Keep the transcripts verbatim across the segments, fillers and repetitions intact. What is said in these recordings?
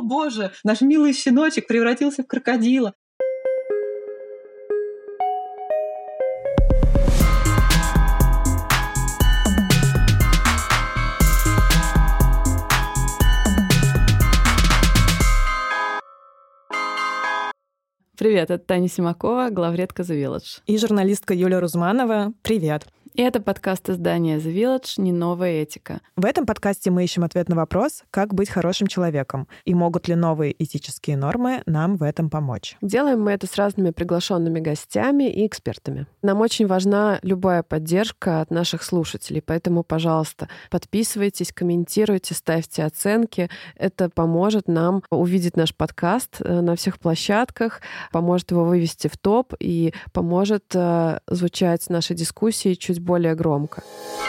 боже, наш милый щеночек превратился в крокодила. Привет, это Таня Симакова, главредка The Village. И журналистка Юлия Рузманова. Привет. И это подкаст издания The Village «Не новая этика». В этом подкасте мы ищем ответ на вопрос, как быть хорошим человеком, и могут ли новые этические нормы нам в этом помочь. Делаем мы это с разными приглашенными гостями и экспертами. Нам очень важна любая поддержка от наших слушателей, поэтому, пожалуйста, подписывайтесь, комментируйте, ставьте оценки. Это поможет нам увидеть наш подкаст на всех площадках, поможет его вывести в топ и поможет э, звучать наши дискуссии чуть более громко.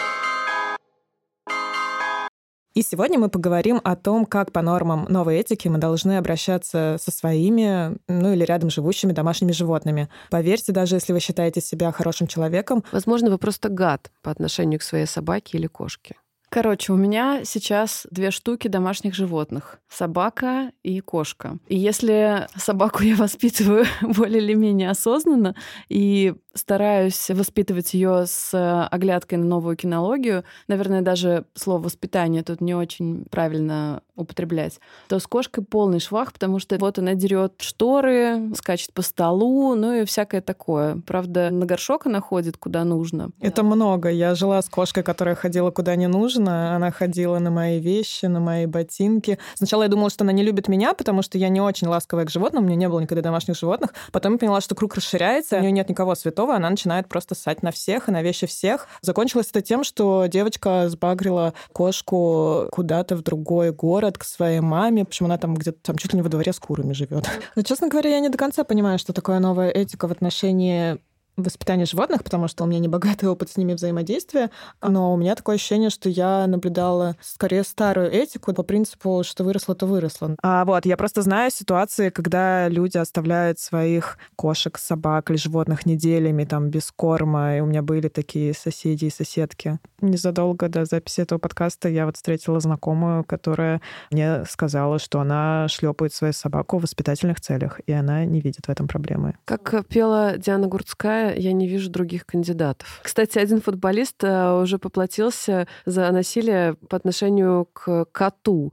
И сегодня мы поговорим о том, как по нормам новой этики мы должны обращаться со своими, ну или рядом живущими домашними животными. Поверьте, даже если вы считаете себя хорошим человеком. Возможно, вы просто гад по отношению к своей собаке или кошке. Короче, у меня сейчас две штуки домашних животных. Собака и кошка. И если собаку я воспитываю более или менее осознанно и стараюсь воспитывать ее с оглядкой на новую кинологию, наверное, даже слово «воспитание» тут не очень правильно употреблять, то с кошкой полный швах, потому что вот она дерет шторы, скачет по столу, ну и всякое такое. Правда, на горшок она ходит куда нужно. Это много. Я жила с кошкой, которая ходила куда не нужно. Она ходила на мои вещи, на мои ботинки. Сначала я думала, что она не любит меня, потому что я не очень ласковая к животным, у меня не было никогда домашних животных. Потом я поняла, что круг расширяется, у нее нет никого святого, она начинает просто ссать на всех и на вещи всех. Закончилось это тем, что девочка сбагрила кошку куда-то в другой город к своей маме. В общем, она там где-то там чуть ли не во дворе с курами живет. Но, честно говоря, я не до конца понимаю, что такое новая этика в отношении воспитания животных, потому что у меня не богатый опыт с ними взаимодействия, но у меня такое ощущение, что я наблюдала скорее старую этику по принципу, что выросло, то выросло. А вот я просто знаю ситуации, когда люди оставляют своих кошек, собак или животных неделями там без корма, и у меня были такие соседи и соседки. Незадолго до записи этого подкаста я вот встретила знакомую, которая мне сказала, что она шлепает свою собаку в воспитательных целях, и она не видит в этом проблемы. Как пела Диана Гурцкая, я не вижу других кандидатов. Кстати, один футболист уже поплатился за насилие по отношению к коту.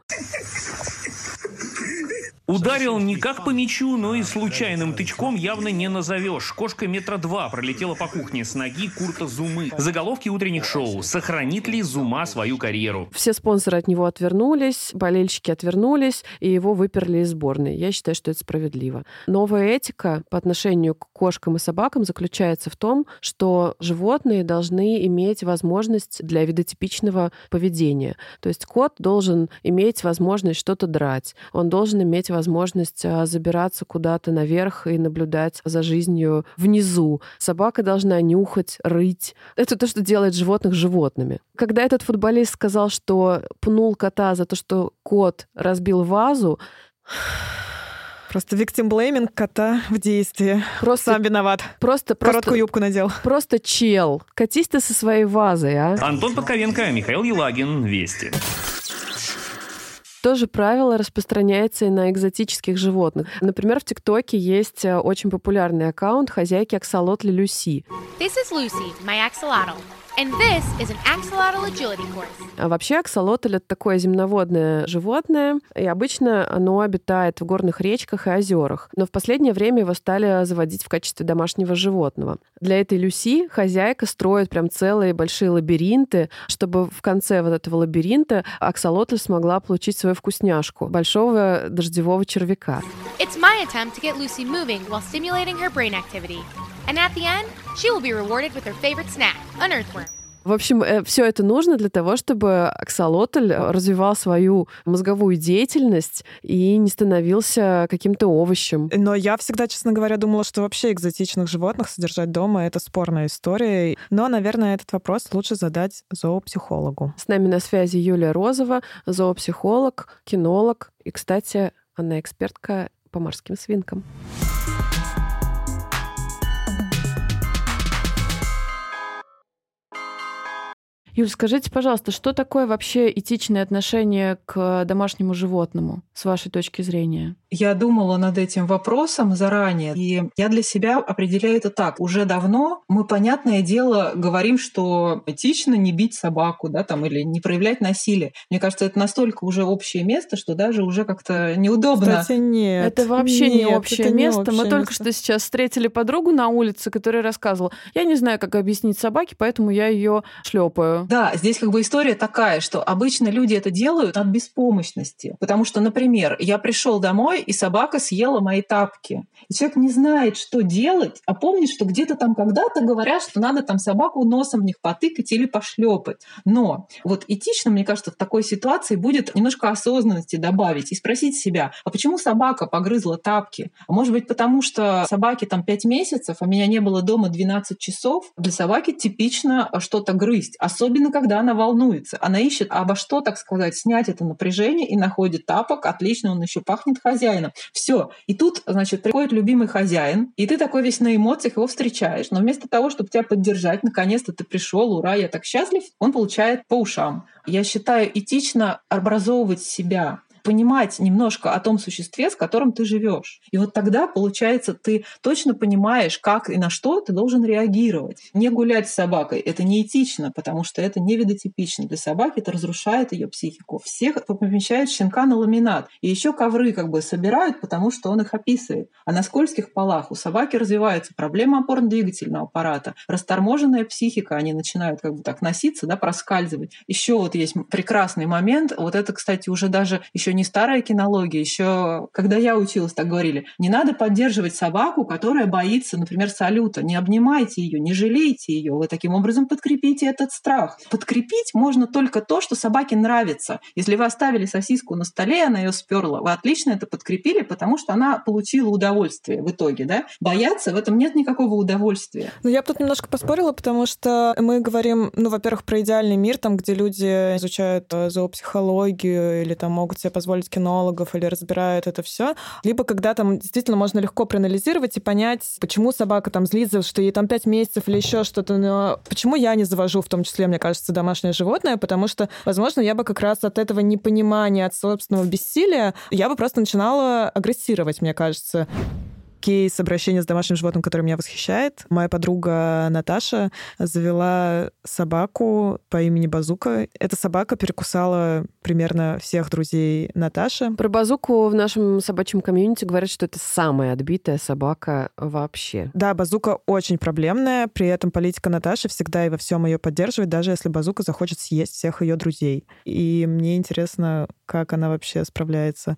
Ударил не как по мячу, но и случайным тычком явно не назовешь. Кошка метра два пролетела по кухне с ноги Курта Зумы. Заголовки утренних шоу. Сохранит ли Зума свою карьеру? Все спонсоры от него отвернулись, болельщики отвернулись, и его выперли из сборной. Я считаю, что это справедливо. Новая этика по отношению к кошкам и собакам заключается в том, что животные должны иметь возможность для видотипичного поведения. То есть кот должен иметь возможность что-то драть. Он должен иметь возможность забираться куда-то наверх и наблюдать за жизнью внизу. Собака должна нюхать, рыть. Это то, что делает животных животными. Когда этот футболист сказал, что пнул кота за то, что кот разбил вазу, просто victim-blaming кота в действии. Просто сам виноват. Просто, Короткую просто, юбку надел. Просто чел. Катись ты со своей вазой, а? Антон Подковенко, Михаил Елагин, Вести. То же правило распространяется и на экзотических животных. Например, в ТикТоке есть очень популярный аккаунт хозяйки аксолотля Люси. This is Lucy, my axolotl. And this is an axolotl agility course. А вообще аксолотль — это такое земноводное животное, и обычно оно обитает в горных речках и озерах. Но в последнее время его стали заводить в качестве домашнего животного. Для этой Люси хозяйка строит прям целые большие лабиринты, чтобы в конце вот этого лабиринта аксолотль смогла получить свою вкусняшку — большого дождевого червяка. It's my attempt to get Lucy moving while stimulating her brain activity. And at the end, she will be rewarded with her favorite snack, an earthworm. В общем, все это нужно для того, чтобы аксолотль развивал свою мозговую деятельность и не становился каким-то овощем. Но я всегда, честно говоря, думала, что вообще экзотичных животных содержать дома — это спорная история. Но, наверное, этот вопрос лучше задать зоопсихологу. С нами на связи Юлия Розова, зоопсихолог, кинолог. И, кстати, она экспертка по морским свинкам. Юль, скажите, пожалуйста, что такое вообще этичное отношение к домашнему животному, с вашей точки зрения? Я думала над этим вопросом заранее, и я для себя определяю это так. Уже давно мы, понятное дело, говорим, что этично не бить собаку, да, там, или не проявлять насилие. Мне кажется, это настолько уже общее место, что даже уже как-то неудобно. Кстати, нет. Это вообще нет, не общее это не место. общее Мы место. только что сейчас встретили подругу на улице, которая рассказывала: я не знаю, как объяснить собаке, поэтому я ее шлепаю. Да, здесь как бы история такая, что обычно люди это делают от беспомощности. Потому что, например, я пришел домой, и собака съела мои тапки. И человек не знает, что делать, а помнит, что где-то там когда-то говорят, что надо там собаку носом в них потыкать или пошлепать. Но вот этично, мне кажется, в такой ситуации будет немножко осознанности добавить и спросить себя, а почему собака погрызла тапки? А может быть, потому что собаке там пять месяцев, а меня не было дома двенадцать часов? Для собаки типично что-то грызть, особенно когда она волнуется. Она ищет обо что, так сказать, снять это напряжение и находит тапок. Отлично, он еще пахнет хозяином. Все. И тут, значит, приходит любимый хозяин, и ты такой весь на эмоциях его встречаешь, но вместо того, чтобы тебя поддержать, наконец-то ты пришел, ура, я так счастлив, он получает по ушам. Я считаю этично образовывать себя, понимать немножко о том существе, с которым ты живешь. И вот тогда, получается, ты точно понимаешь, как и на что ты должен реагировать. Не гулять с собакой — это неэтично, потому что это не видотипично. Для собаки это разрушает ее психику. Всех помещают щенка на ламинат. И еще ковры как бы собирают, потому что он их описывает. А на скользких полах у собаки развиваются проблемы опорно-двигательного аппарата, расторможенная психика, они начинают как бы так носиться, да, проскальзывать. Еще вот есть прекрасный момент. Вот это, кстати, уже даже еще не старая кинология, еще когда я училась, так говорили, не надо поддерживать собаку, которая боится, например, салюта. Не обнимайте ее, не жалейте ее. Вы таким образом подкрепите этот страх. Подкрепить можно только то, что собаке нравится. Если вы оставили сосиску на столе, она ее сперла, вы отлично это подкрепили, потому что она получила удовольствие в итоге. Да? Бояться — в этом нет никакого удовольствия. Ну, я бы тут немножко поспорила, потому что мы говорим, ну, во-первых, про идеальный мир, там, где люди изучают зоопсихологию или там могут себе позволить кинологов или разбирают это все, либо когда там действительно можно легко проанализировать и понять, почему собака там злится, что ей там пять месяцев или еще что-то, но почему я не завожу, в том числе, мне кажется, домашнее животное, потому что, возможно, я бы как раз от этого непонимания, от собственного бессилия, я бы просто начинала агрессировать, мне кажется. Кейс обращения с домашним животным, который меня восхищает. Моя подруга Наташа завела собаку по имени Базука. Эта собака перекусала примерно всех друзей Наташи. Про Базуку в нашем собачьем комьюнити говорят, что это самая отбитая собака вообще. Да, Базука очень проблемная, при этом политика Наташи всегда и во всем ее поддерживает, даже если Базука захочет съесть всех ее друзей. И мне интересно, как она вообще справляется.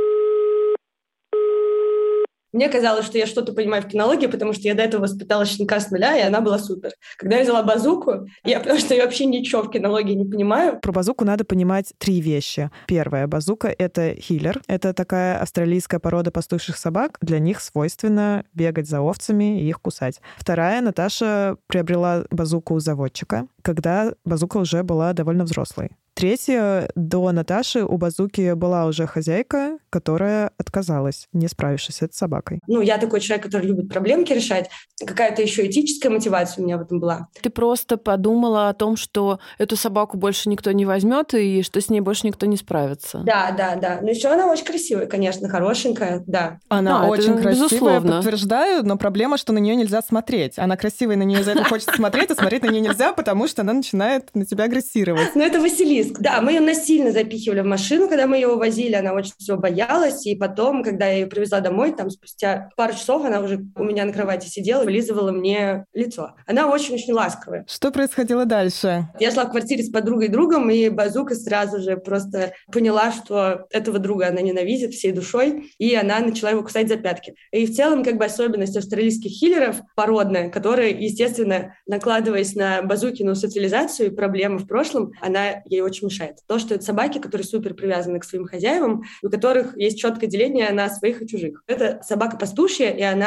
Мне казалось, что я что-то понимаю в кинологии, потому что я до этого воспитала щенка с нуля, и она была супер. Когда я взяла Базуку, я потому что я вообще ничего в кинологии не понимаю. Про Базуку надо понимать три вещи. Первое. Базука — это хиллер. Это такая австралийская порода пастушьих собак. Для них свойственно бегать за овцами и их кусать. Вторая. Наташа приобрела Базуку у заводчика, когда Базука уже была довольно взрослой. Третье. До Наташи у Базуки была уже хозяйка, которая отказалась, не справившись с этой собакой. Ну, я такой человек, который любит проблемки решать. Какая-то еще этическая мотивация у меня в этом была. Ты просто подумала о том, что эту собаку больше никто не возьмет и что с ней больше никто не справится. Да, да, да. Но еще она очень красивая, конечно, хорошенькая, да. Она а, очень красивая, безусловно. Подтверждаю, но проблема, что на нее нельзя смотреть. Она красивая, на нее за это хочется смотреть, а смотреть на нее нельзя, потому что она начинает на тебя агрессировать. Но это Василиск. Да, мы ее насильно запихивали в машину, когда мы ее увозили, она очень всего боялась, и потом, когда я ее привезла домой, там спустя пару часов она уже у меня на кровати сидела и вылизывала мне лицо. Она очень-очень ласковая. Что происходило дальше? Я шла в квартире с подругой и другом, и Базука сразу же просто поняла, что этого друга она ненавидит всей душой, и она начала его кусать за пятки. И в целом, как бы, особенность австралийских хиллеров породная, которая, естественно, накладываясь на Базукину социализацию и проблемы в прошлом, она ей очень мешает. То, что это собаки, которые супер привязаны к своим хозяевам, у которых есть четкое деление на своих и чужих. Это собака пастушья, и она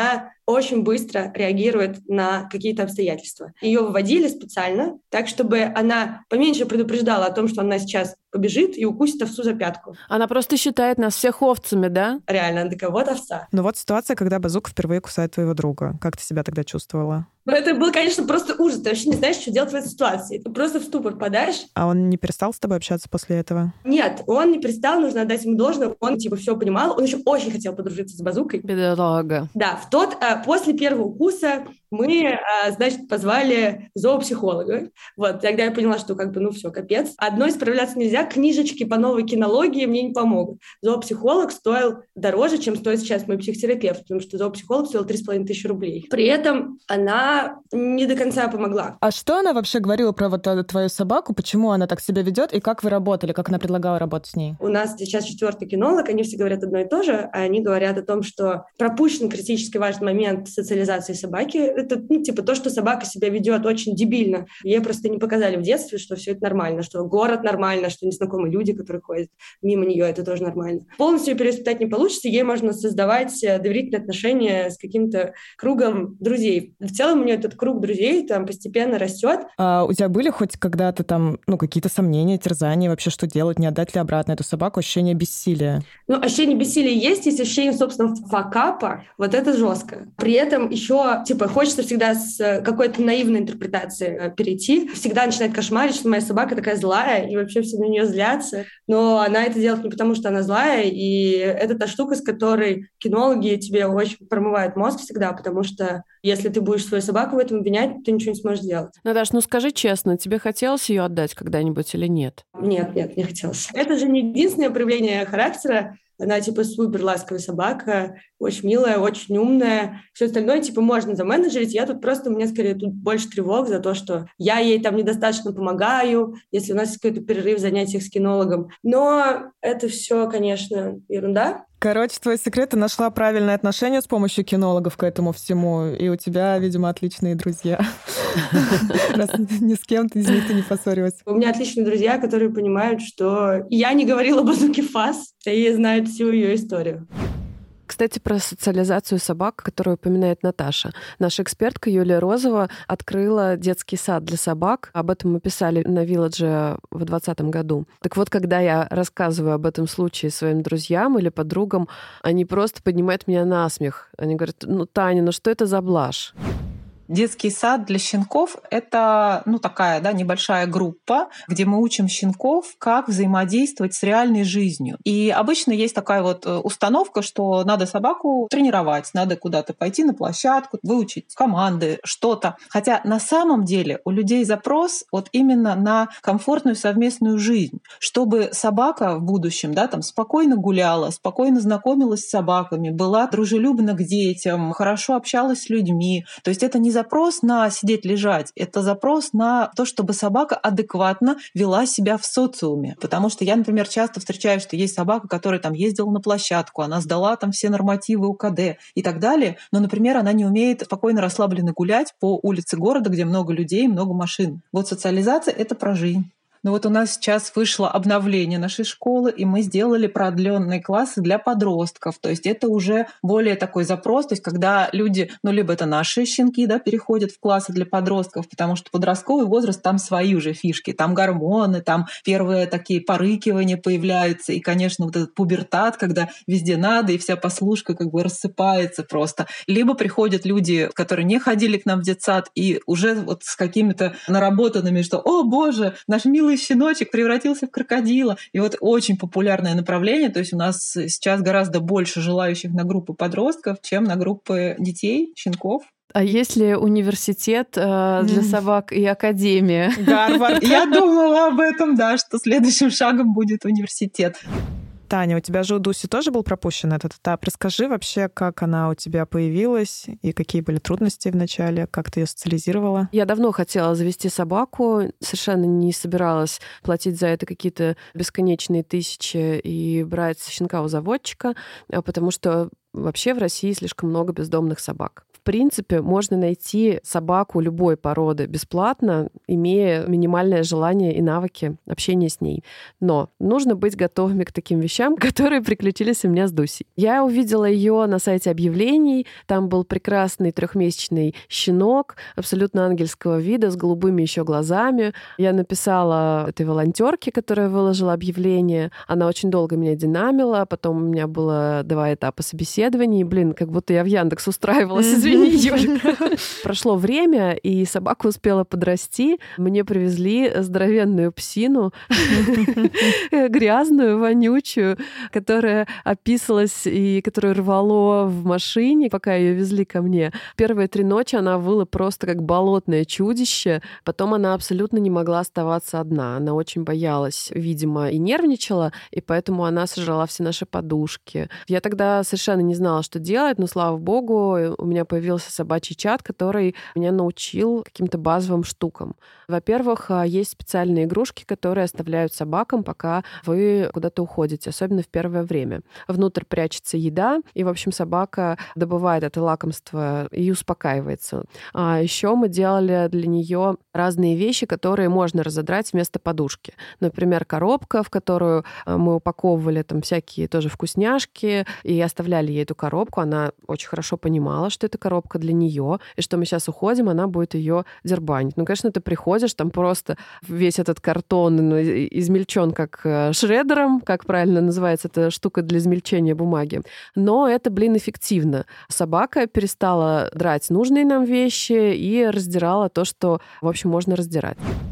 очень быстро реагирует на какие-то обстоятельства. Ее выводили специально, так, чтобы она поменьше предупреждала о том, что она сейчас побежит и укусит овцу за пятку. Она просто считает нас всех овцами, да? Реально, она такая, вот овца. Ну вот ситуация, когда Базука впервые кусает твоего друга. Как ты себя тогда чувствовала? Ну, это был, конечно, просто ужас. Ты вообще не знаешь, что делать в этой ситуации. Ты просто в ступор подаешь. А он не перестал с тобой общаться после этого? Нет, он не перестал, нужно отдать ему должное. Он, типа, все понимал. Он еще очень хотел подружиться с Базукой. Бедолага. Да, в тот, а, после первого укуса мы, а, значит, позвали зоопсихолога. Вот, тогда я поняла, что как бы, ну, все, капец. Одной справляться нельзя, книжечки по новой кинологии мне не помогут. Зоопсихолог стоил дороже, чем стоит сейчас мой психотерапевт, потому что зоопсихолог стоил три с половиной тысячи рублей. При этом она не до конца помогла. А что она вообще говорила про вот эту твою собаку? Почему она так себя ведет? И как вы работали? Как она предлагала работать с ней? У нас сейчас четвертый кинолог, они все говорят одно и то же. Они говорят о том, что пропущен критически важный момент социализации собаки. Это, ну, типа, то, что собака себя ведет очень дебильно. Ей просто не показали в детстве, что все это нормально, что город нормально, что незнакомые люди, которые ходят мимо нее, это тоже нормально. Полностью ее перевоспитать не получится, ей можно создавать доверительные отношения с каким-то кругом друзей. В целом у нее этот круг друзей там постепенно растет. А у тебя были хоть когда-то там, ну, какие-то сомнения, терзания, вообще что делать, не отдать ли обратно эту собаку, ощущение бессилия? Ну, ощущение бессилия есть, есть ощущение, собственно, факапа. Вот это жестко. При этом еще, типа, хочется всегда с какой-то наивной интерпретации перейти. Всегда начинает кошмарить, что моя собака такая злая, и вообще все на нее злятся. Но она это делает не потому, что она злая, и это та штука, с которой кинологи тебе очень промывают мозг всегда, потому что если ты будешь свою собаку в этом обвинять, ты ничего не сможешь сделать. Наташ, ну скажи честно, тебе хотелось ее отдать когда-нибудь или нет? Нет, нет, не хотелось. Это же не единственное проявление характера. Она, типа, супер ласковая собака, очень милая, очень умная. Все остальное, типа, можно заменеджерить. Я тут просто, у меня, скорее, тут больше тревог за то, что я ей там недостаточно помогаю, если у нас есть какой-то перерыв в занятиях с кинологом. Но это все, конечно, ерунда. Короче, твой секрет, ты нашла правильное отношение с помощью кинологов к этому всему, и у тебя, видимо, отличные друзья. Раз ни с кем ты из них не поссорилась. У меня отличные друзья, которые понимают, что я не говорила Базуке фас, и знают всю ее историю. Кстати, про социализацию собак, которую упоминает Наташа. Наша экспертка Юлия Розова открыла детский сад для собак. Об этом мы писали на Вилладже в двадцатом году. Так вот, когда я рассказываю об этом случае своим друзьям или подругам, они просто поднимают меня на смех. Они говорят: ну, Таня, ну что это за блажь? Детский сад для щенков — это, ну, такая, да, небольшая группа, где мы учим щенков, как взаимодействовать с реальной жизнью. И обычно есть такая вот установка, что надо собаку тренировать, надо куда-то пойти на площадку, выучить команды, что-то. Хотя на самом деле у людей запрос вот именно на комфортную совместную жизнь, чтобы собака в будущем, да, там спокойно гуляла, спокойно знакомилась с собаками, была дружелюбна к детям, хорошо общалась с людьми. То есть это не запрос на сидеть лежать, это запрос на то, чтобы собака адекватно вела себя в социуме. Потому что я, например, часто встречаю, что есть собака, которая там ездила на площадку, она сдала там все нормативы УКД и так далее, но, например, она не умеет спокойно, расслабленно гулять по улице города, где много людей, много машин. Вот социализация — это про жизнь. Но вот у нас сейчас вышло обновление нашей школы, и мы сделали продленные классы для подростков. То есть это уже более такой запрос, то есть когда люди, ну либо это наши щенки, да, переходят в классы для подростков, потому что подростковый возраст, там свои уже фишки, там гормоны, там первые такие порыкивания появляются, и, конечно, вот этот пубертат, когда везде надо, и вся послушка как бы рассыпается просто. Либо приходят люди, которые не ходили к нам в детсад, и уже вот с какими-то наработанными, что «О, боже, наш милый щеночек превратился в крокодила». И вот очень популярное направление, то есть у нас сейчас гораздо больше желающих на группы подростков, чем на группы детей, щенков. А есть ли университет э, для собак и академия? Гарвард. Я думала об этом, да, что следующим шагом будет университет. Таня, у тебя же у Дуси тоже был пропущен этот этап. Расскажи вообще, как она у тебя появилась и какие были трудности в начале, как ты ее социализировала? Я давно хотела завести собаку, совершенно не собиралась платить за это какие-то бесконечные тысячи и брать щенка у заводчика, потому что Вообще в России слишком много бездомных собак. В принципе, можно найти собаку любой породы бесплатно, имея минимальное желание и навыки общения с ней. Но нужно быть готовыми к таким вещам, которые приключились у меня с Дусей. Я увидела ее на сайте объявлений. Там был прекрасный трехмесячный щенок, абсолютно ангельского вида, с голубыми еще глазами. Я написала этой волонтерке, которая выложила объявление. Она очень долго меня динамила. Потом у меня было два этапа собеседований. Блин, как будто я в Яндекс устраивалась, извини. Юль. Прошло время, и собака успела подрасти. Мне привезли здоровенную псину, грязную, вонючую, которая описалась и которую рвало в машине, пока ее везли ко мне. Первые три ночи она выла просто как болотное чудище. Потом она абсолютно не могла оставаться одна. Она очень боялась, видимо, и нервничала, и поэтому она сожрала все наши подушки. Я тогда совершенно не знала, что делать, но, слава богу, у меня появился собачий чат, который меня научил каким-то базовым штукам. Во-первых, есть специальные игрушки, которые оставляют собакам, пока вы куда-то уходите, особенно в первое время. Внутрь прячется еда, и, в общем, собака добывает это лакомство и успокаивается. А еще мы делали для нее разные вещи, которые можно разодрать вместо подушки. Например, коробка, в которую мы упаковывали там всякие тоже вкусняшки, и оставляли ей эту коробку. Она очень хорошо понимала, что это коробка для нее, и что мы сейчас уходим, она будет ее дербанить. Ну, конечно, ты приходишь, там просто весь этот картон измельчен как шредером, как правильно называется эта штука для измельчения бумаги. Но это, блин, эффективно. Собака перестала драть нужные нам вещи и раздирала то, что, в общем, можно раздирать.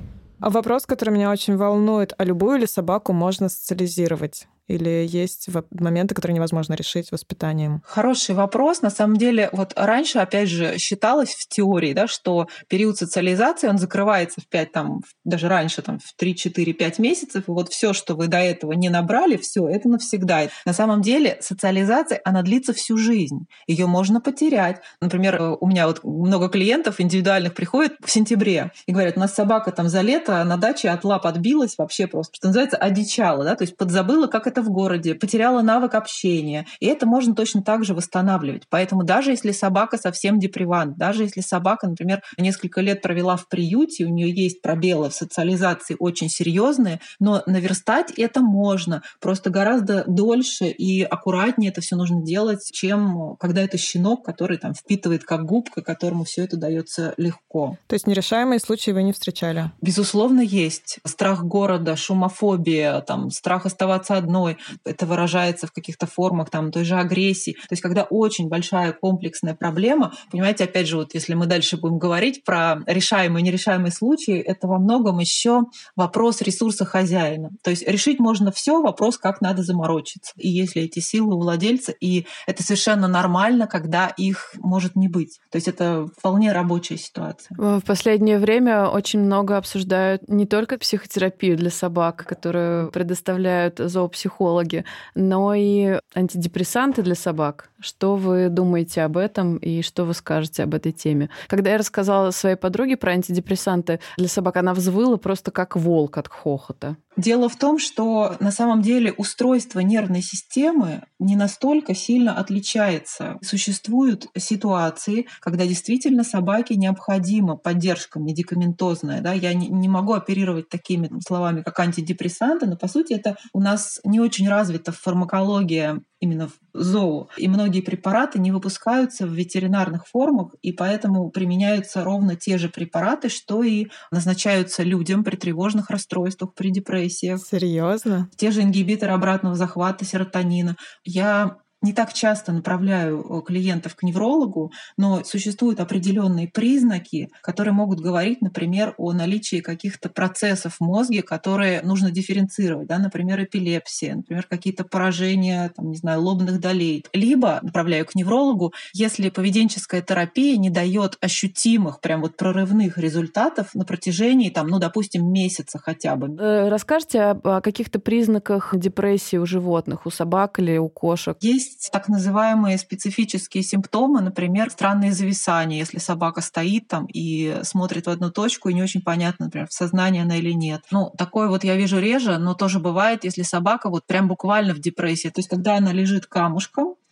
А вопрос, который меня очень волнует, а любую ли собаку можно социализировать? Или есть моменты, которые невозможно решить воспитанием? Хороший вопрос. На самом деле, вот раньше, опять же, считалось в теории, да, что период социализации, он закрывается в пять, там, даже раньше, там, в три, четыре, пять месяцев, и вот все, что вы до этого не набрали, все, это навсегда. На самом деле социализация, она длится всю жизнь. Ее можно потерять. Например, у меня вот много клиентов индивидуальных приходят в сентябре и говорят, у нас собака там за лето на даче от лап отбилась вообще просто, что называется, одичала, да, то есть подзабыла, как это в городе, потеряла навык общения. И это можно точно так же восстанавливать. Поэтому даже если собака совсем депривант, даже если собака, например, несколько лет провела в приюте, у нее есть пробелы в социализации очень серьезные, но наверстать это можно. Просто гораздо дольше и аккуратнее это все нужно делать, чем когда это щенок, который там впитывает как губка, которому все это дается легко. То есть нерешаемые случаи вы не встречали? Безусловно, есть. Страх города, шумофобия, там, страх оставаться одной. Это выражается в каких-то формах там, той же агрессии. То есть когда очень большая комплексная проблема, понимаете, опять же, вот если мы дальше будем говорить про решаемые и нерешаемые случаи, это во многом еще вопрос ресурса хозяина. То есть решить можно все, вопрос, как надо заморочиться. И если эти силы у владельца, и это совершенно нормально, когда их может не быть. То есть это вполне рабочая ситуация. В последнее время очень много обсуждают не только психотерапию для собак, которую предоставляют зоопсихологи, но и антидепрессанты для собак. Что вы думаете об этом и что вы скажете об этой теме? Когда я рассказала своей подруге про антидепрессанты для собак, она взвыла просто как волк от хохота. Дело в том, что на самом деле устройство нервной системы не настолько сильно отличается. Существуют ситуации, когда действительно собаке необходима поддержка медикаментозная. Да? Я не, не могу оперировать такими словами, как антидепрессанты, но по сути это у нас не очень развита фармакология именно в зоо. И многие препараты не выпускаются в ветеринарных формах, и поэтому применяются ровно те же препараты, что и назначаются людям при тревожных расстройствах, при депрессиях. Серьезно? Те же ингибиторы обратного захвата серотонина. Я не так часто направляю клиентов к неврологу, но существуют определенные признаки, которые могут говорить, например, о наличии каких-то процессов в мозге, которые нужно дифференцировать, да, например, эпилепсия, например, какие-то поражения, там, не знаю, лобных долей. Либо направляю к неврологу, если поведенческая терапия не дает ощутимых, прям вот прорывных результатов на протяжении, там, ну, допустим, месяца хотя бы. Расскажите о каких-то признаках депрессии у животных, у собак или у кошек. Есть так называемые специфические симптомы, например, странные зависания, если собака стоит там и смотрит в одну точку, и не очень понятно, например, в сознании она или нет. Ну, такое вот я вижу реже, но тоже бывает, если собака вот прям буквально в депрессии. То есть когда она лежит камушком,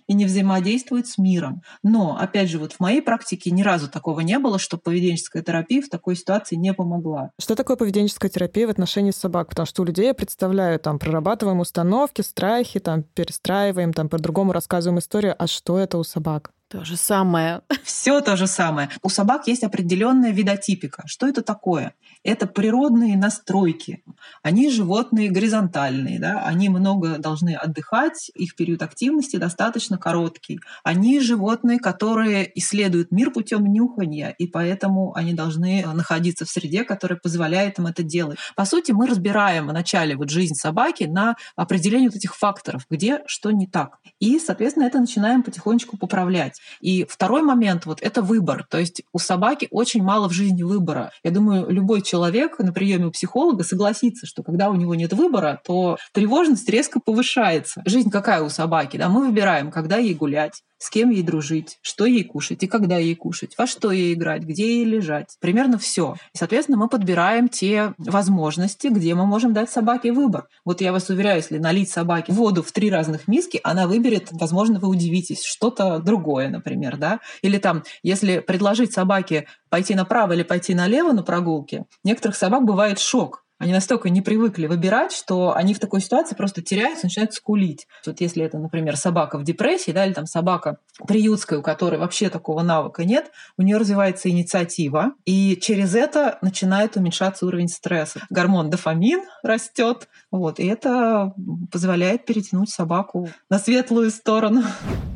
и не взаимодействует с миром. Но, опять же, вот в моей практике ни разу такого не было, что поведенческая терапия в такой ситуации не помогла. Что такое поведенческая терапия в отношении собак? Потому что у людей, я представляю, там, прорабатываем установки, страхи, там, перестраиваем, там, по-другому рассказываем историю. А что это у собак? То же самое. Все то же самое. У собак есть определенная видотипика. Что это такое? Это природные настройки. Они животные горизонтальные, да? Они много должны отдыхать, их период активности достаточно короткий. Они животные, которые исследуют мир путем нюхания, и поэтому они должны находиться в среде, которая позволяет им это делать. По сути, мы разбираем вначале вот жизнь собаки на определение вот этих факторов, где что не так. И, соответственно, это начинаем потихонечку поправлять. И второй момент вот это выбор. То есть у собаки очень мало в жизни выбора. Я думаю, любой человек на приеме у психолога согласится, что когда у него нет выбора, то тревожность резко повышается. Жизнь какая у собаки? Да? Мы выбираем, когда ей гулять, с кем ей дружить, что ей кушать и когда ей кушать, во что ей играть, где ей лежать. Примерно все. И, соответственно, мы подбираем те возможности, где мы можем дать собаке выбор. Вот я вас уверяю, если налить собаке воду в три разных миски, она выберет, возможно, вы удивитесь, что-то другое, например, да? Или там, если предложить собаке пойти направо или пойти налево на прогулке, некоторых собак бывает шок. Они настолько не привыкли выбирать, что они в такой ситуации просто теряются, начинают скулить. Вот если это, например, собака в депрессии, да, или там собака приютская, у которой вообще такого навыка нет, у нее развивается инициатива, и через это начинает уменьшаться уровень стресса. Гормон дофамин растет, вот, и это позволяет перетянуть собаку на светлую сторону.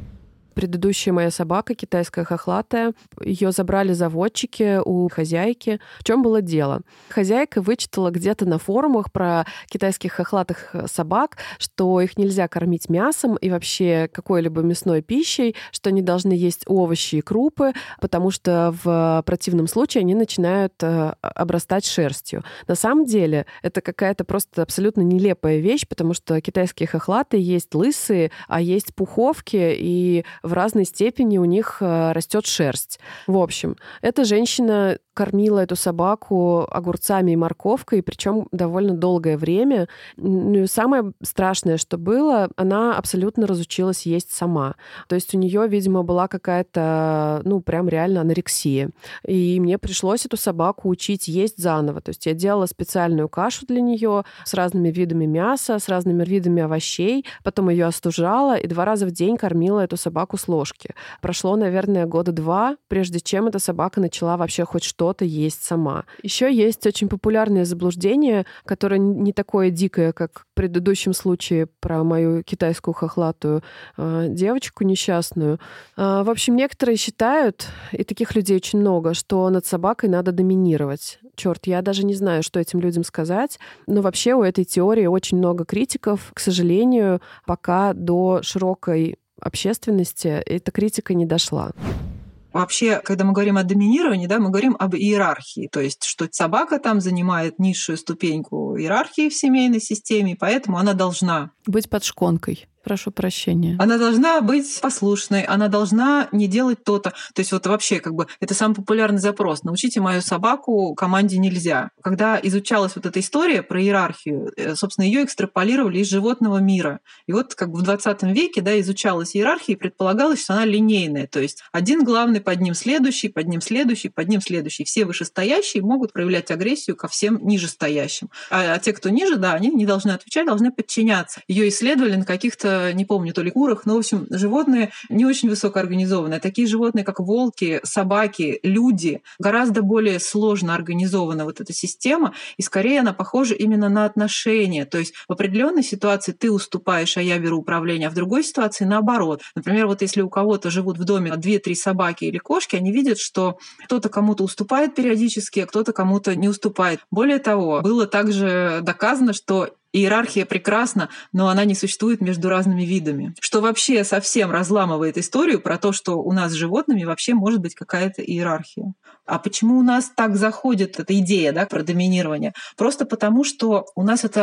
Предыдущая моя собака, китайская хохлатая, ее забрали заводчики у хозяйки. В чем было дело? Хозяйка вычитала где-то на форумах про китайских хохлатых собак, что их нельзя кормить мясом и вообще какой-либо мясной пищей, что они должны есть овощи и крупы, потому что в противном случае они начинают обрастать шерстью. На самом деле это какая-то просто абсолютно нелепая вещь, потому что китайские хохлатые есть лысые, а есть пуховки, и в разной степени у них растет шерсть. В общем, эта женщина кормила эту собаку огурцами и морковкой, причем довольно долгое время. Ну, и самое страшное, что было, она абсолютно разучилась есть сама. То есть у нее, видимо, была какая-то, ну, прям реально анорексия. И мне пришлось эту собаку учить есть заново. То есть я делала специальную кашу для нее с разными видами мяса, с разными видами овощей, потом ее остужала и два раза в день кормила эту собаку с ложки. Прошло, наверное, года два, прежде чем эта собака начала вообще хоть что-то есть сама. Еще есть очень популярное заблуждение, которое не такое дикое, как в предыдущем случае про мою китайскую хохлатую э, девочку несчастную. Э, в общем, некоторые считают, и таких людей очень много, что над собакой надо доминировать. Черт, я даже не знаю, что этим людям сказать, но вообще у этой теории очень много критиков. К сожалению, пока до широкой общественности эта критика не дошла. Вообще, когда мы говорим о доминировании, да, мы говорим об иерархии, то есть что собака там занимает низшую ступеньку иерархии в семейной системе, поэтому она должна быть под шконкой. Прошу прощения. Она должна быть послушной, она должна не делать то-то. То есть вот вообще как бы это самый популярный запрос. Научите мою собаку команде нельзя. Когда изучалась вот эта история про иерархию, собственно, ее экстраполировали из животного мира. И вот как бы в двадцатом веке, да, изучалась иерархия, и предполагалось, что она линейная. То есть один главный, под ним следующий, под ним следующий, под ним следующий. Все вышестоящие могут проявлять агрессию ко всем нижестоящим. А, а те, кто ниже, да, они не должны отвечать, должны подчиняться. Ее исследовали на каких-то, не помню, то ли курах, но, в общем, животные не очень высокоорганизованные. Такие животные, как волки, собаки, люди, гораздо более сложно организована вот эта система, и скорее она похожа именно на отношения. То есть в определенной ситуации ты уступаешь, а я беру управление, а в другой ситуации наоборот. Например, вот если у кого-то живут в доме две-три собаки или кошки, они видят, что кто-то кому-то уступает периодически, а кто-то кому-то не уступает. Более того, было также доказано, что иерархия прекрасна, но она не существует между разными видами. Что вообще совсем разламывает историю про то, что у нас с животными вообще может быть какая-то иерархия. А почему у нас так заходит эта идея, да, про доминирование? Просто потому, что у нас это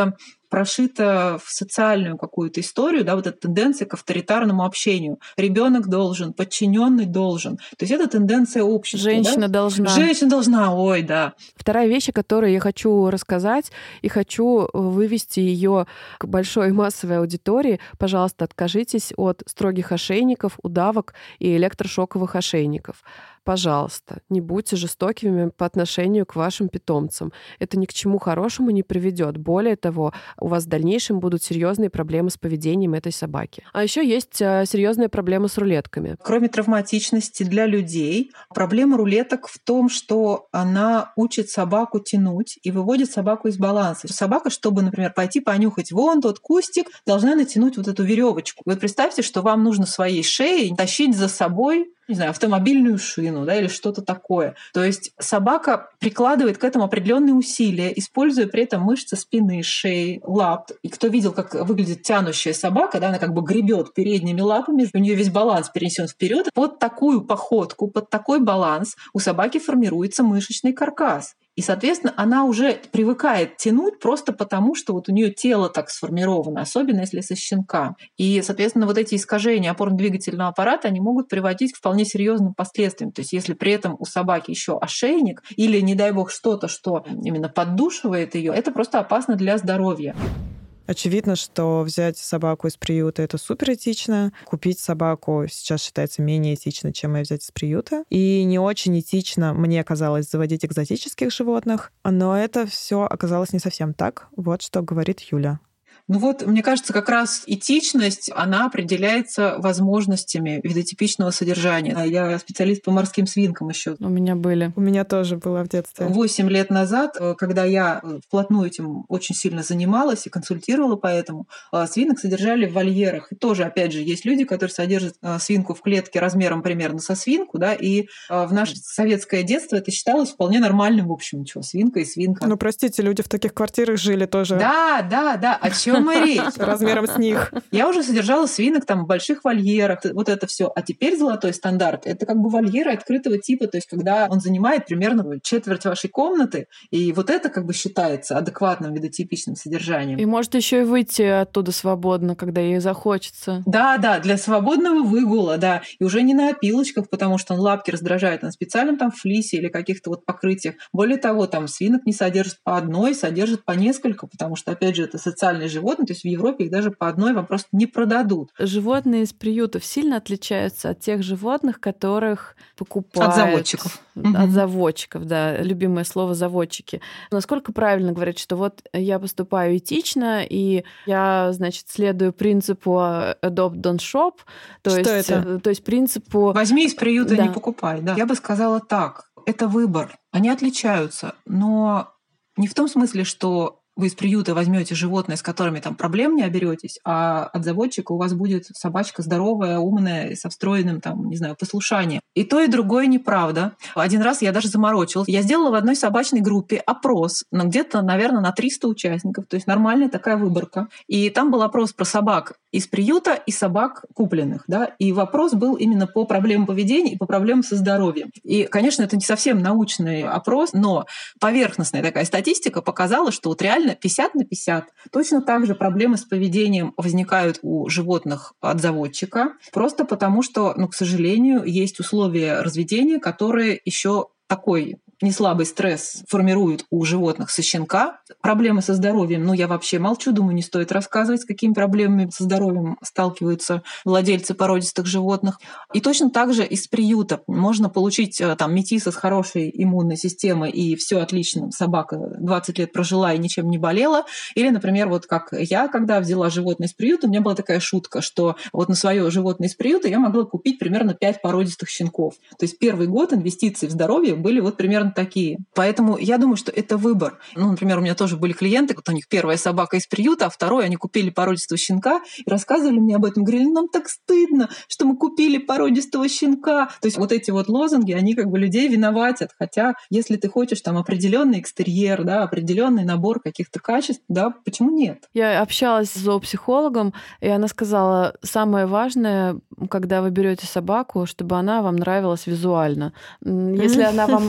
прошито в социальную какую-то историю, да, вот эта тенденция к авторитарному общению. Ребенок должен, подчиненный должен. То есть это тенденция общества. Женщина да? должна. Женщина должна, ой, да. Вторая вещь, о которой я хочу рассказать и хочу вывести ее к большой массовой аудитории. Пожалуйста, откажитесь от строгих ошейников, удавок и электрошоковых ошейников. Пожалуйста, не будьте жестокими по отношению к вашим питомцам. Это ни к чему хорошему не приведет. Более того, у вас в дальнейшем будут серьезные проблемы с поведением этой собаки. А еще есть серьезные проблемы с рулетками. Кроме травматичности для людей, проблема рулеток в том, что она учит собаку тянуть и выводит собаку из баланса. Собака, чтобы, например, пойти понюхать вон тот кустик, должна натянуть вот эту веревочку. Вот представьте, что вам нужно своей шеей тащить за собой, не знаю, автомобильную шину, да, или что-то такое. То есть собака прикладывает к этому определенные усилия, используя при этом мышцы спины, шеи, лап. И кто видел, как выглядит тянущая собака, да, она как бы гребет передними лапами, у нее весь баланс перенесен вперед. Под такую походку, под такой баланс у собаки формируется мышечный каркас. И, соответственно, она уже привыкает тянуть просто потому, что вот у нее тело так сформировано, особенно если со щенка. И, соответственно, вот эти искажения опорно-двигательного аппарата, они могут приводить к вполне серьезным последствиям. То есть если при этом у собаки еще ошейник или, не дай бог, что-то, что именно поддушивает ее, это просто опасно для здоровья. Очевидно, что взять собаку из приюта — это супер этично. Купить собаку сейчас считается менее этично, чем ее взять из приюта. И не очень этично, мне казалось, заводить экзотических животных. Но это все оказалось не совсем так. Вот что говорит Юля. Ну вот, мне кажется, как раз этичность, она определяется возможностями видотипичного содержания. Я специалист по морским свинкам еще. У меня были. У меня тоже было в детстве. Восемь лет назад, когда я вплотную этим очень сильно занималась и консультировала по этому, свинок содержали в вольерах. И тоже, опять же, есть люди, которые содержат свинку в клетке размером примерно со свинку, да, и в наше советское детство это считалось вполне нормальным, в общем, чего, свинка и свинка. Ну, простите, люди в таких квартирах жили тоже. Да, да, да. О чем мы речь? Размером с них. Я уже содержала свинок там в больших вольерах, вот это все. А теперь золотой стандарт — это как бы вольеры открытого типа, то есть когда он занимает примерно четверть вашей комнаты, и вот это как бы считается адекватным видотипичным содержанием. И может еще и выйти оттуда свободно, когда ей захочется. Да, да, для свободного выгула, да. И уже не на опилочках, потому что он лапки раздражает, а на специальном там флисе или каких-то вот покрытиях. Более того, там свинок не содержат по одной, содержат по несколько, потому что, опять же, это социальные животные, то есть в Европе их даже по одной вам просто не продадут. Животные из приютов сильно отличаются от тех животных, которых покупают... От заводчиков. От угу. заводчиков, да. Любимое слово «заводчики». Насколько правильно говорить, что вот я поступаю этично, и я, значит, следую принципу adopt, don't shop. То что есть, это? То есть принципу... Возьми из приюта, да. не покупай. Да. Я бы сказала так. Это выбор. Они отличаются, но не в том смысле, что вы из приюта возьмете животное, с которыми там проблем не оберетесь, а от заводчика у вас будет собачка здоровая, умная, со встроенным там, не знаю, послушанием. И то, и другое неправда. Один раз я даже заморочилась. Я сделала в одной собачной группе опрос, ну, где-то, наверное, на триста участников, то есть нормальная такая выборка. И там был опрос про собак из приюта и собак купленных, да, и вопрос был именно по проблемам поведения и по проблемам со здоровьем. И, конечно, это не совсем научный опрос, но поверхностная такая статистика показала, что вот реально пятьдесят на пятьдесят. Точно так же проблемы с поведением возникают у животных от заводчика, просто потому что, ну, к сожалению, есть условия разведения, которые еще такой неслабый стресс формируют у животных со щенка. Проблемы со здоровьем, ну, я вообще молчу, думаю, не стоит рассказывать, с какими проблемами со здоровьем сталкиваются владельцы породистых животных. И точно так же из приюта можно получить там метиса с хорошей иммунной системой, и все отлично, собака двадцать лет прожила и ничем не болела. Или, например, вот как я, когда взяла животное из приюта, у меня была такая шутка, что вот на свое животное из приюта я могла купить примерно пять породистых щенков. То есть первый год инвестиции в здоровье были вот примерно такие. Поэтому я думаю, что это выбор. Ну, например, у меня тоже были клиенты, вот у них первая собака из приюта, а второй они купили породистого щенка и рассказывали мне об этом. Говорили, нам так стыдно, что мы купили породистого щенка. То есть вот эти вот лозунги, они как бы людей виноватят. Хотя, если ты хочешь там определенный экстерьер, да, определенный набор каких-то качеств, да, почему нет? Я общалась с зоопсихологом, и она сказала, самое важное, когда вы берете собаку, чтобы она вам нравилась визуально. Если она вам очень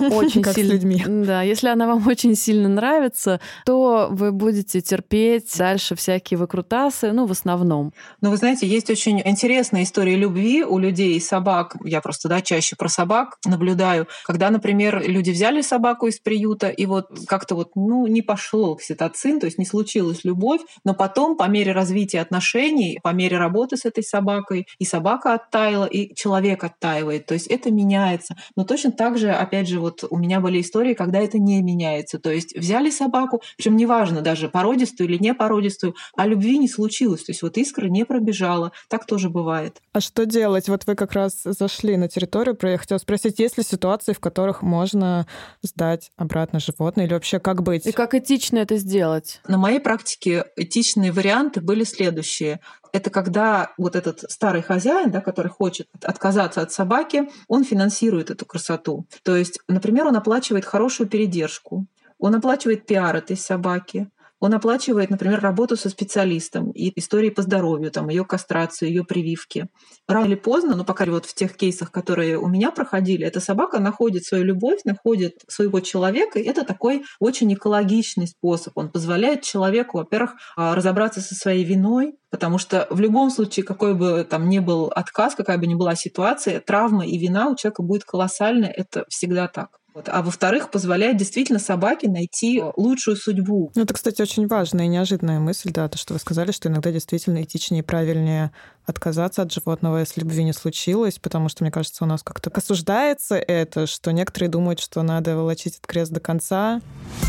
Как сильно... с людьми. Да, если она вам очень сильно нравится, то вы будете терпеть дальше всякие выкрутасы, ну, в основном. Ну, вы знаете, есть очень интересная история любви у людей и собак. Я просто, да, чаще про собак наблюдаю. Когда, например, люди взяли собаку из приюта, и вот как-то вот, ну, не пошло окситоцин, то есть не случилась любовь, но потом, по мере развития отношений, по мере работы с этой собакой, и собака оттаяла, и человек оттаивает. То есть это меняется. Но точно так же, опять же, вот у меня были истории, когда это не меняется. То есть взяли собаку, причем неважно даже породистую или не породистую, а любви не случилось. То есть вот искра не пробежала. Так тоже бывает. А что делать? Вот вы как раз зашли на территорию, я хотела спросить, есть ли ситуации, в которых можно сдать обратно животное, или вообще как быть? И как этично это сделать? На моей практике этичные варианты были следующие. Это когда вот этот старый хозяин, да, который хочет отказаться от собаки, он финансирует эту красоту. То есть, например, он оплачивает хорошую передержку, он оплачивает пиар этой собаки, он оплачивает, например, работу со специалистом и истории по здоровью, там, ее кастрацию, ее прививки. Рано или поздно, но пока вот в тех кейсах, которые у меня проходили, эта собака находит свою любовь, находит своего человека, и это такой очень экологичный способ. Он позволяет человеку, во-первых, разобраться со своей виной, потому что в любом случае, какой бы там ни был отказ, какая бы ни была ситуация, травма и вина у человека будет колоссальная, это всегда так. Вот. А во-вторых, позволяет действительно собаке найти лучшую судьбу. Ну, это, кстати, очень важная и неожиданная мысль, да, то, что вы сказали, что иногда действительно этичнее и правильнее отказаться от животного, если любви не случилось, потому что, мне кажется, у нас как-то осуждается это, что некоторые думают, что надо волочить этот крест до конца.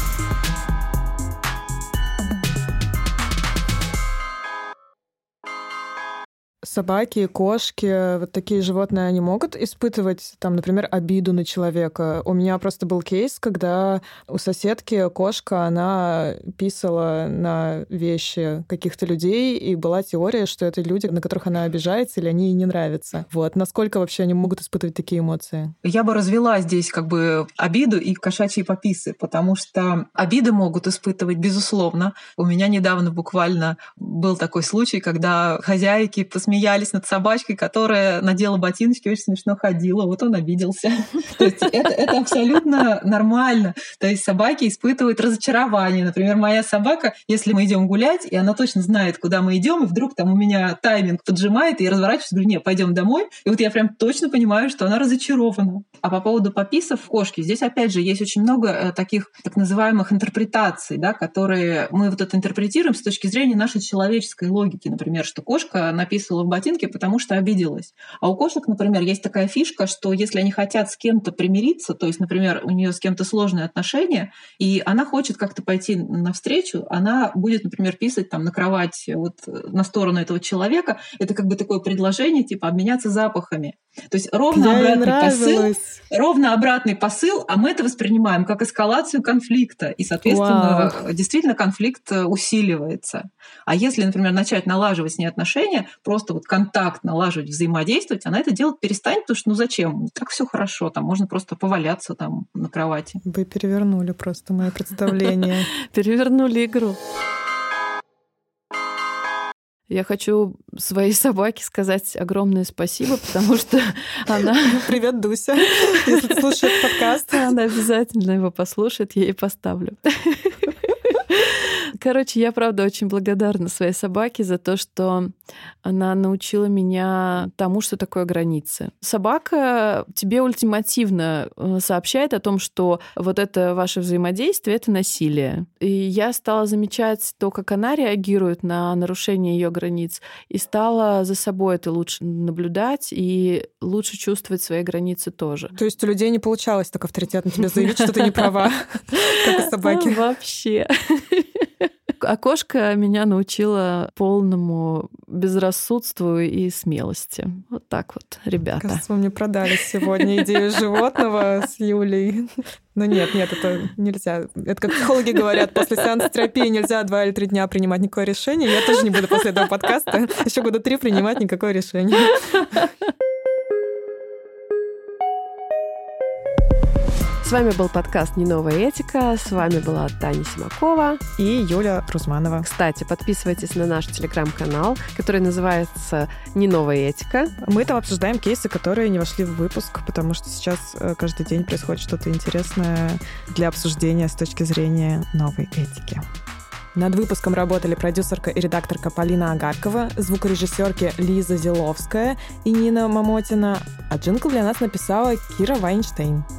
Собаки и кошки, вот такие животные, они могут испытывать, там, например, обиду на человека. У меня просто был кейс, когда у соседки кошка, она писала на вещи каких-то людей, и была теория, что это люди, на которых она обижается, или они ей не нравятся. Вот. Насколько вообще они могут испытывать такие эмоции? Я бы развела здесь как бы обиду и кошачьи пописы, потому что обиды могут испытывать, безусловно. У меня недавно буквально был такой случай, когда хозяйки посмеялись над собачкой, которая надела ботиночки, очень смешно ходила. Вот он обиделся. То есть это, это абсолютно нормально. То есть собаки испытывают разочарование. Например, моя собака, если мы идем гулять, и она точно знает, куда мы идем, и вдруг там у меня тайминг поджимает, и я разворачиваюсь, говорю, нет, пойдем домой. И вот я прям точно понимаю, что она разочарована. А по поводу пописов кошки, здесь опять же есть очень много таких так называемых интерпретаций, да, которые мы вот это интерпретируем с точки зрения нашей человеческой логики. Например, что кошка написала в ботинке, потому что обиделась. А у кошек, например, есть такая фишка, что если они хотят с кем-то примириться, то есть, например, у нее с кем-то сложные отношения, и она хочет как-то пойти навстречу, она будет, например, писать там на кровать вот на сторону этого человека. Это как бы такое предложение, типа обменяться запахами. То есть ровно Я обратный посыл, ровно обратный посыл, а мы это воспринимаем как эскалацию конфликта. И, соответственно, Вау. действительно конфликт усиливается. А если, например, начать налаживать с ней отношения, просто вот контакт налаживать, взаимодействовать, она это делать перестанет, потому что ну зачем? Так все хорошо, там можно просто поваляться там на кровати. Вы перевернули просто мое представление. Перевернули игру. Я хочу своей собаке сказать огромное спасибо, потому что она... Привет, Дуся, если слушает подкаст. Она обязательно его послушает, я ей поставлю. Короче, я, правда, очень благодарна своей собаке за то, что она научила меня тому, что такое границы. Собака тебе ультимативно сообщает о том, что вот это ваше взаимодействие — это насилие. И я стала замечать то, как она реагирует на нарушение ее границ, и стала за собой это лучше наблюдать и лучше чувствовать свои границы тоже. То есть у людей не получалось так авторитетно тебе заявить, что ты не права, как у собаки? Вообще. А кошка меня научила полному безрассудству и смелости. Вот так вот, ребята. Кажется, вы мне продали сегодня идею животного с Юлей. Но нет, нет, это нельзя. Это как психологи говорят, после сеанса терапии нельзя два или три дня принимать никакое решение. Я тоже не буду после этого подкаста еще года три принимать никакое решение. С вами был подкаст «Не новая этика». С вами была Таня Симакова и Юля Рузманова. Кстати, подписывайтесь на наш телеграм-канал, который называется «Не новая этика». Мы там обсуждаем кейсы, которые не вошли в выпуск, потому что сейчас каждый день происходит что-то интересное для обсуждения с точки зрения новой этики. Над выпуском работали продюсерка и редакторка Полина Агаркова, звукорежиссерки Лиза Зиловская и Нина Мамотина, а джингл для нас написала Кира Вайнштейн.